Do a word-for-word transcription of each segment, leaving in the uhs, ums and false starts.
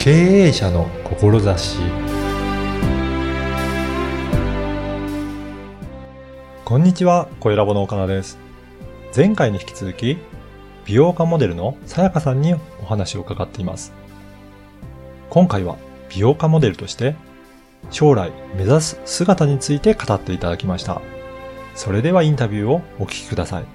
経営者の志。こんにちは、声ラボの岡田です。前回に引き続き美容家モデルのさやかさんにお話を伺っています。今回は美容家モデルとして将来目指す姿について語っていただきました。それではインタビューをお聞きください。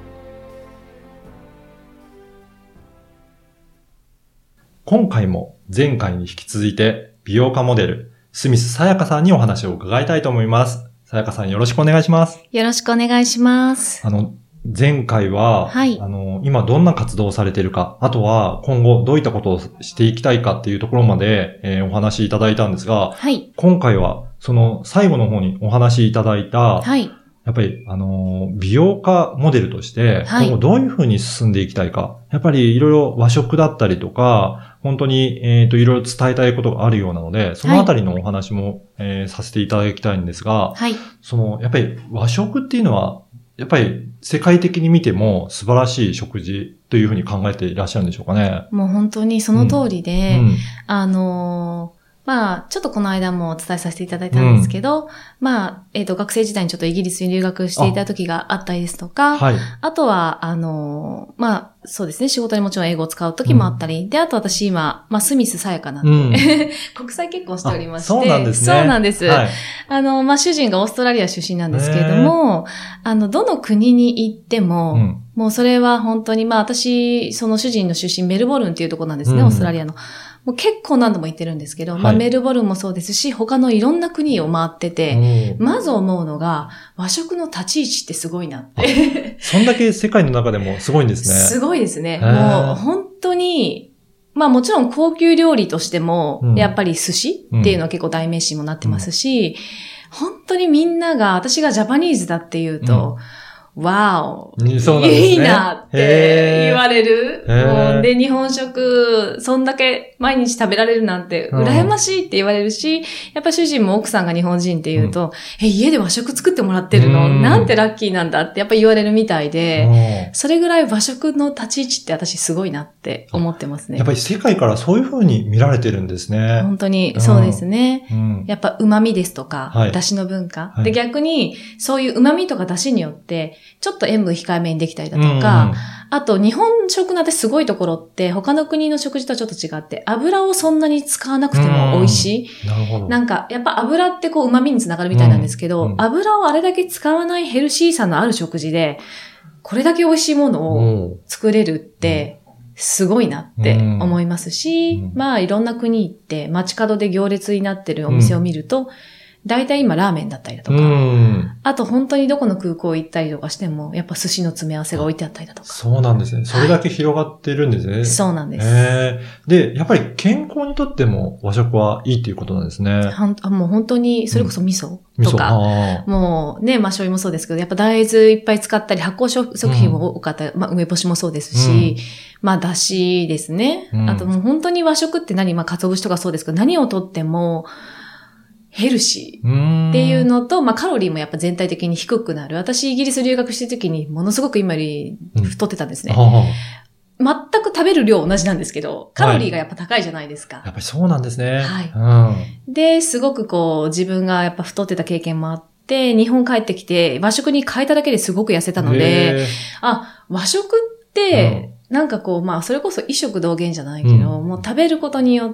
今回も前回に引き続いて美容家モデルスミスさやかさんにお話を伺いたいと思います。さやかさん、よろしくお願いします。 よろしくお願いします。 あの前回は、 はい、 あの今どんな活動をされているか、あとは今後どういったことをしていきたいかっていうところまで、えー、お話しいただいたんですが、 はい、 今回はその最後の方にお話しいただいた、 はい、 やっぱり、あの、美容家モデルとして、今後どういうふうに進んでいきたいか。はい、やっぱりいろいろ和食だったりとか、本当に、えっと、いろいろ伝えたいことがあるようなので、そのあたりのお話も、はい、えー、させていただきたいんですが、 はい。 その、やっぱり和食っていうのは、やっぱり世界的に見ても素晴らしい食事というふうに考えていらっしゃるんでしょうかね。 もう本当にその通りで、 うんうん、 あのー、まあ、ちょっとこの間もお伝えさせていただいたんですけど、うん、まあ、えっと、学生時代にちょっとイギリスに留学していた時があったりですとか、 はい、 あとは、あの、まあ、そうですね、仕事にもちろん英語を使う時もあったり、うん、で、あと私今、まあ、スミスさやかなんで、うん、国際結婚しておりまして、 そうなんですね。 そうなんです。はい、あの、まあ、主人がオーストラリア出身なんですけれども、あの、どの国に行っても、うん、もうそれは本当に、まあ、私、その主人の出身メルボルンっていうところなんですね、うん、オーストラリアの。もう結構何度も行ってるんですけど、はい、まあメルボルンもそうですし、他のいろんな国を回ってて、まず思うのが、和食の立ち位置ってすごいなって。 そんだけ世界の中でもすごいんですね。 すごいですね。もう本当に、まあもちろん高級料理としても、うん、やっぱり寿司っていうのは結構代名詞にもなってますし、うんうん、本当にみんなが、私がジャパニーズだっていうと、うんわお、ね、いいなって言われる。もうで、日本食、そんだけ毎日食べられるなんて、羨ましいって言われるし、やっぱ主人も奥さんが日本人って言うと、うん、え、家で和食作ってもらってるの、うん、なんてラッキーなんだってやっぱ言われるみたいで、それぐらい和食の立ち位置って私すごいなって思ってますね。 やっぱり世界からそういう風に見られてるんですね。 本当にそうですね。うん、やっぱ旨味ですとか、 はい、 出汁の文化、はい。で、逆にそういう旨味とか出汁によって、ちょっと塩分控えめにできたりだとか、うん、あと日本食のすごいところって他の国の食事とはちょっと違って油をそんなに使わなくても美味しい。 うん、なるほど。 なんかやっぱ油ってこう旨味につながるみたいなんですけど、うんうん、油をあれだけ使わないヘルシーさのある食事でこれだけ美味しいものを作れるってすごいなって思いますし、うんうん、まあいろんな国行って街角で行列になってるお店を見ると、うん大体今ラーメンだったりだとか、うん、あと本当にどこの空港行ったりとかしても、やっぱ寿司の詰め合わせが置いてあったりだとか。 そうなんですね。それだけ広がってるんですね。はい、 そうなんです。 へで、やっぱり健康にとっても和食はいいっていうことなんですね。 はんもう本当に、それこそ味噌とか、うん、もうね、まあ醤油もそうですけど、やっぱ大豆いっぱい使ったり、発酵食品も多かったり、うん、まあ梅干しもそうですし、うん、まあだしですね、うん。あともう本当に和食って何、まあ鰹節とかそうですけど、何をとっても、ヘルシーっていうのと、まあカロリーもやっぱ全体的に低くなる。私イギリス留学してる時にものすごく今より太ってたんですね。うん、全く食べる量同じなんですけど、カロリーがやっぱ高いじゃないですか。はい、 やっぱりそうなんですね。 はい。うん、で、すごくこう自分がやっぱ太ってた経験もあって、日本帰ってきて和食に変えただけですごく痩せたので、あ、和食って、なんかこう、まあそれこそ異食同源じゃないけど、うん、もう食べることによって、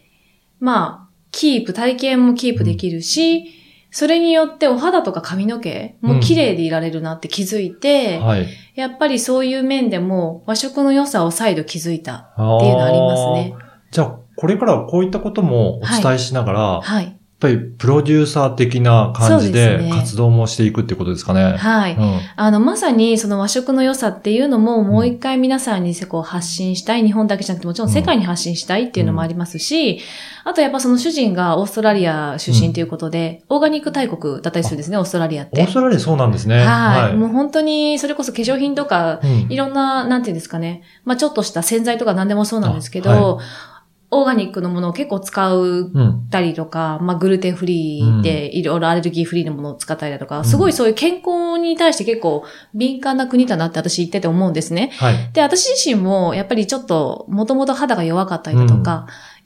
まあ、キープ、体型もキープできるし、うん、それによってお肌とか髪の毛も綺麗でいられるなって気づいて、うんはい、やっぱりそういう面でも和食の良さを再度気づいたっていうのはありますね。 じゃあ、これからはこういったこともお伝えしながら、はいはいやっぱりプロデューサー的な感じで活動もしていくっていうことですかね。 はい、うん。あの、まさにその和食の良さっていうのももう一回皆さんにこう発信したい。日本だけじゃなくてもちろん世界に発信したいっていうのもありますし、うん、あとやっぱその主人がオーストラリア出身ということで、うん、オーガニック大国だったりするんですね、オーストラリアって。 オーストラリアそうなんですね。 はい。はい、もう本当にそれこそ化粧品とか、うん、いろんな、なんていうんですかね。まあちょっとした洗剤とか何でもそうなんですけど、オーガニックのものを結構使うたりとか、うん、まあグルテンフリーでいろいろアレルギーフリーのものを使ったりだとか、うん、すごいそういう健康に対して結構敏感な国だなって私言ってて思うんですね。はい、で、私自身もやっぱりちょっともともと肌が弱かったりだとか、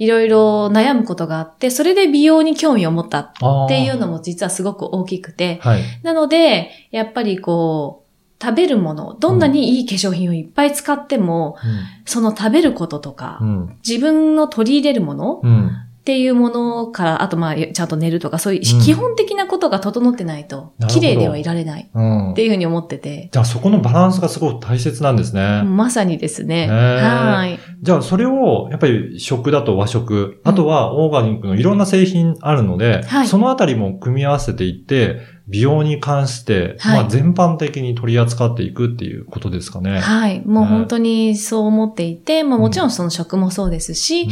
いろいろ悩むことがあって、それで美容に興味を持ったっていうのも実はすごく大きくて、 はい、 なので、やっぱりこう、食べるもの、どんなにいい化粧品をいっぱい使っても、うん、その食べることとか、うん、自分の取り入れるもの、うんっていうものから、あとまあ、ちゃんと寝るとか、そういう基本的なことが整ってないと、綺麗ではいられないっていうふうに思ってて。 うん、じゃあそこのバランスがすごく大切なんですね。 まさにですね。はい。 じゃあそれを、やっぱり食だと和食、あとはオーガニックのいろんな製品あるので、うん、そのあたりも組み合わせていって、美容に関して、はい、まあ全般的に取り扱っていくっていうことですかね。 はい。もう本当にそう思っていて、まあもちろんその食もそうですし、うん、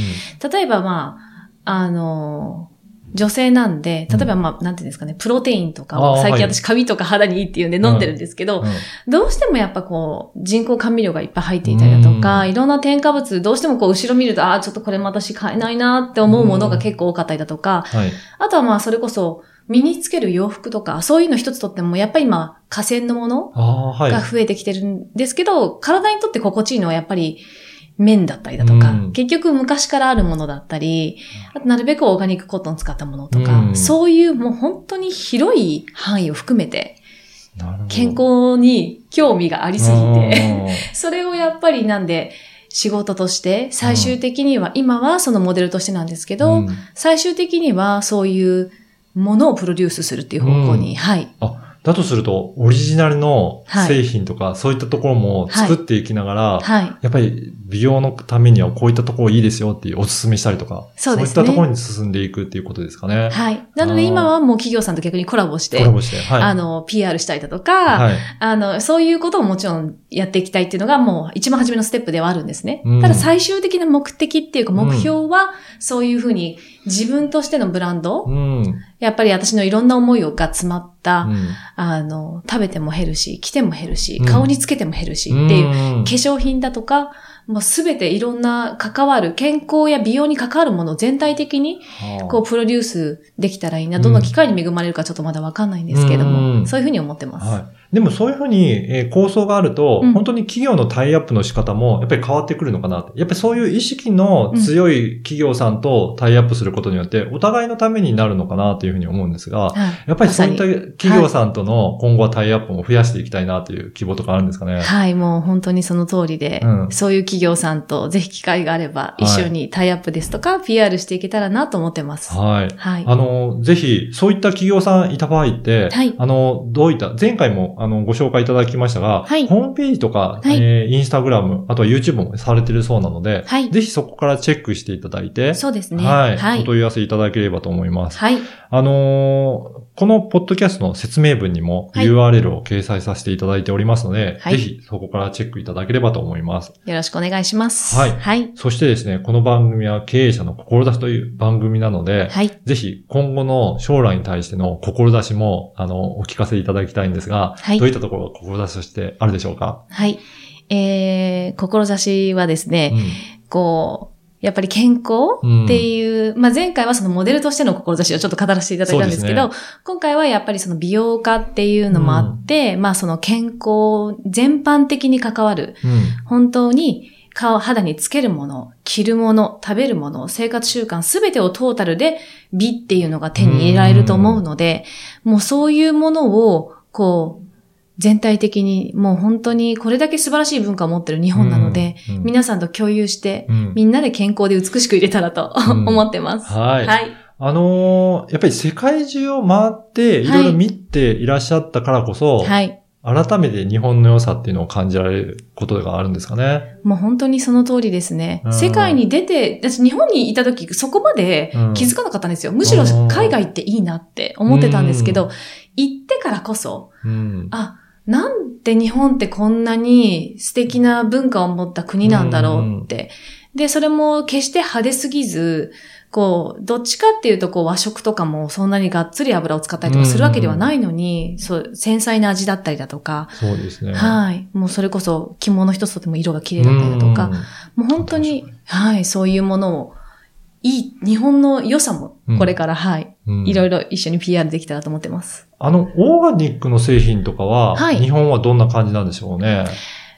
例えばまあ、あの、女性なんで、例えばまあ、なんていうんですかね、プロテインとかを最近私髪とか肌にいいっていうんで飲んでるんですけど、うんうん、どうしてもやっぱこう、人工甘味料がいっぱい入っていたりだとか、いろんな添加物、どうしてもこう、後ろ見ると、ああ、ちょっとこれ私買えないなって思うものが結構多かったりだとか、はい、あとはまあ、それこそ、身につける洋服とか、そういうの一つとっても、やっぱり今、河川のものが増えてきてるんですけど、はい、体にとって心地いいのはやっぱり、綿だったりだとか、うん、結局昔からあるものだったり、あとなるべくオーガニックコットン使ったものとか、うん、そういうもう本当に広い範囲を含めて、健康に興味がありすぎて、それをやっぱりなんで仕事として最終的には、うん、今はそのモデルとしてなんですけど、うん、最終的にはそういうものをプロデュースするっていう方向に、うん、はい。 あだとすると、オリジナルの製品とか、はい、そういったところも作っていきながら、はいはい、やっぱり美容のためにはこういったところいいですよっていうおすすめしたりとか、そうですね。そういったところに進んでいくっていうことですかね。 はい。なので今はもう企業さんと逆にコラボして、 コラボして、はい。 あの、ピーアール したりだとか、はい、あの、そういうことをもちろんやっていきたいっていうのがもう一番初めのステップではあるんですね。うん、ただ最終的な目的っていうか目標は、そういうふうに自分としてのブランド、うん、やっぱり私のいろんな思いが詰まった、うん、あの、食べても減るし、着ても減るし、顔につけても減るしっていう、うん、化粧品だとか、もうすべていろんな関わる、健康や美容に関わるものを全体的に、こう、プロデュースできたらいいな。どんな機会に恵まれるかちょっとまだわかんないんですけども、うん、そういうふうに思ってます。はい。 でもそういうふうに、えー、構想があると、うん、本当に企業のタイアップの仕方もやっぱり変わってくるのかなって。やっぱりそういう意識の強い企業さんとタイアップすることによって、お互いのためになるのかなというふうに思うんですが、はい、やっぱりそういった企業さんとの今後はタイアップも増やしていきたいなという希望とかあるんですかね。はい、 はい、もう本当にその通りで、うん、そういう企業さんとぜひ機会があれば一緒にタイアップですとか、はい、ピーアール していけたらなと思ってます。 はい。はい。あの、ぜひそういった企業さんいた場合って、はい、あの、どういった、前回もあのご紹介いただきましたが、はい、ホームページとか、はい、えー、インスタグラム、あとは YouTube もされてるそうなので、はい、ぜひそこからチェックしていただいて、 そうですね。 はい。はい、お問い合わせいただければと思います。 はい。 あのー、このポッドキャストの説明文にも ユーアールエル を掲載させていただいておりますので、はい、ぜひそこからチェックいただければと思います。 よろしくお願いします。 はい。はい。そしてですね、この番組は経営者の志という番組なので、はい。ぜひ今後の将来に対しての志も、あの、お聞かせいただきたいんですが、はい。どういったところが志としてあるでしょうか？ はい。えー、志はですね、うん、こう、やっぱり健康っていう、うん、まあ、前回はそのモデルとしての志をちょっと語らせていただいたんですけど、ね、今回はやっぱりその美容家っていうのもあって、うん、まあその健康全般的に関わる、うん、本当に顔、肌につけるもの、着るもの、食べるもの、生活習慣すべてをトータルで美っていうのが手に入れられると思うので、うん、もうそういうものを、こう、全体的にもう本当にこれだけ素晴らしい文化を持ってる日本なので、うんうん、皆さんと共有して、うん、みんなで健康で美しく入れたらと、うん、思ってます。 はい。はい。あのー、やっぱり世界中を回っていろいろ見ていらっしゃったからこそ、はい。改めて日本の良さっていうのを感じられることがあるんですかね。 もう本当にその通りですね。うん、世界に出て、私日本にいた時そこまで気づかなかったんですよ。うん、むしろ海外っていいなって思ってたんですけど、うん、行ってからこそ、うん、あ、なんで日本ってこんなに素敵な文化を持った国なんだろうって。で、それも決して派手すぎず、こう、どっちかっていうと、こう、和食とかもそんなにがっつり油を使ったりとかするわけではないのに、そう、繊細な味だったりだとか。 そうですね。 はい。もうそれこそ着物一つとっても色が綺麗だったりだとか、もう本当に、はい、そういうものを、いい、日本の良さも、これから、うん、はい、うん、いろいろ一緒に ピーアール できたらと思ってます。 あの、オーガニックの製品とかは、はい、日本はどんな感じなんでしょうね。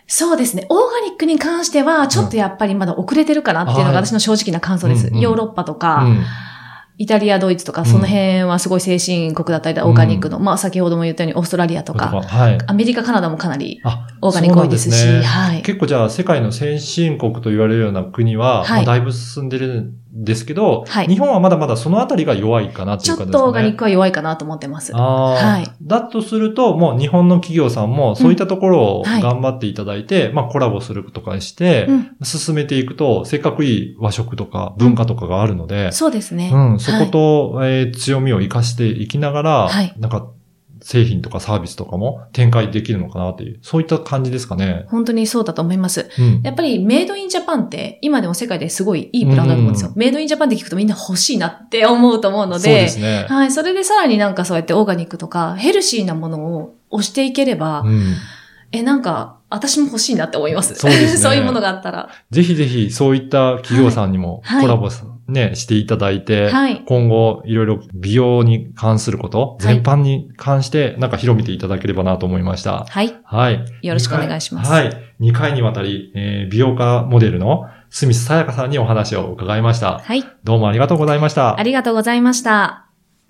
そうですね。オーガニックに関しては、ちょっとやっぱりまだ遅れてるかなっていうのが私の正直な感想です。うん、ヨーロッパとか、うんイタリア、ドイツとか、その辺はすごい先進国だったり、オーガニックの、うん、まあ先ほども言ったようにオーストラリアとか、はい、アメリカ、カナダもかなりオーガニック多いですし、 ですね、 はい。 結構じゃあ世界の先進国と言われるような国は、はいまあ、だいぶ進んでるんですけど、はい、日本はまだまだそのあたりが弱いかなっていう感じですね。 ちょっとオーガニックは弱いかなと思ってます。 あはい。だとすると、もう日本の企業さんもそういったところを頑張っていただいて、うんはい、まあコラボするとかして、うん、進めていくと、せっかくいい和食とか文化とかがあるので、 うん、そうですね。 うん、そこと、はいえー、強みを活かしていきながら、はい、なんか、製品とかサービスとかも展開できるのかなっていう、そういった感じですかね。 本当にそうだと思います。うん、やっぱりメイドインジャパンって今でも世界ですごいいいブランドだと思うんですよ。うん、メイドインジャパンって聞くとみんな欲しいなって思うと思うので、そうですね。はい。それでさらになんかそうやってオーガニックとかヘルシーなものを推していければ、うん、え、なんか私も欲しいなって思います。そうですね。そういうものがあったら。 ぜひぜひそういった企業さんにもコラボ、はいはいね、していただいて、はい、今後いろいろ美容に関すること、全般に関してなんか広めていただければなと思いました。 はい。 はい。 よろしくお願いします。 はい。にかいにわたり、えー、美容家モデルのスミスさやかさんにお話を伺いました。はい。どうもありがとうございました。 ありがとうございました。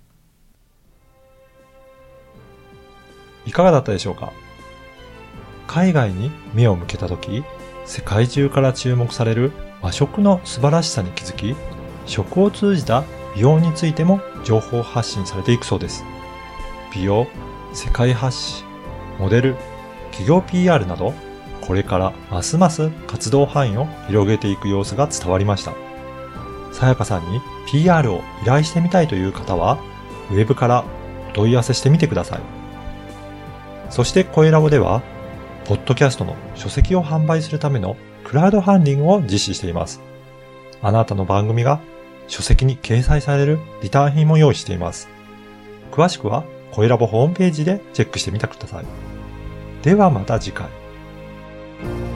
いかがだったでしょうか？海外に目を向けたとき、世界中から注目される和食の素晴らしさに気づき、食を通じた美容についても情報発信されていくそうです。美容、世界発信、モデル、企業 ピーアール など、これからますます活動範囲を広げていく様子が伝わりました。さやかさんに ピーアール を依頼してみたいという方は、ウェブからお問い合わせしてみてください。そして声ラボでは、ポッドキャストの書籍を販売するためのクラウドファンディングを実施しています。あなたの番組が書籍に掲載されるリターン品も用意しています。詳しくは、声ラボホームページでチェックしてみてください。ではまた次回。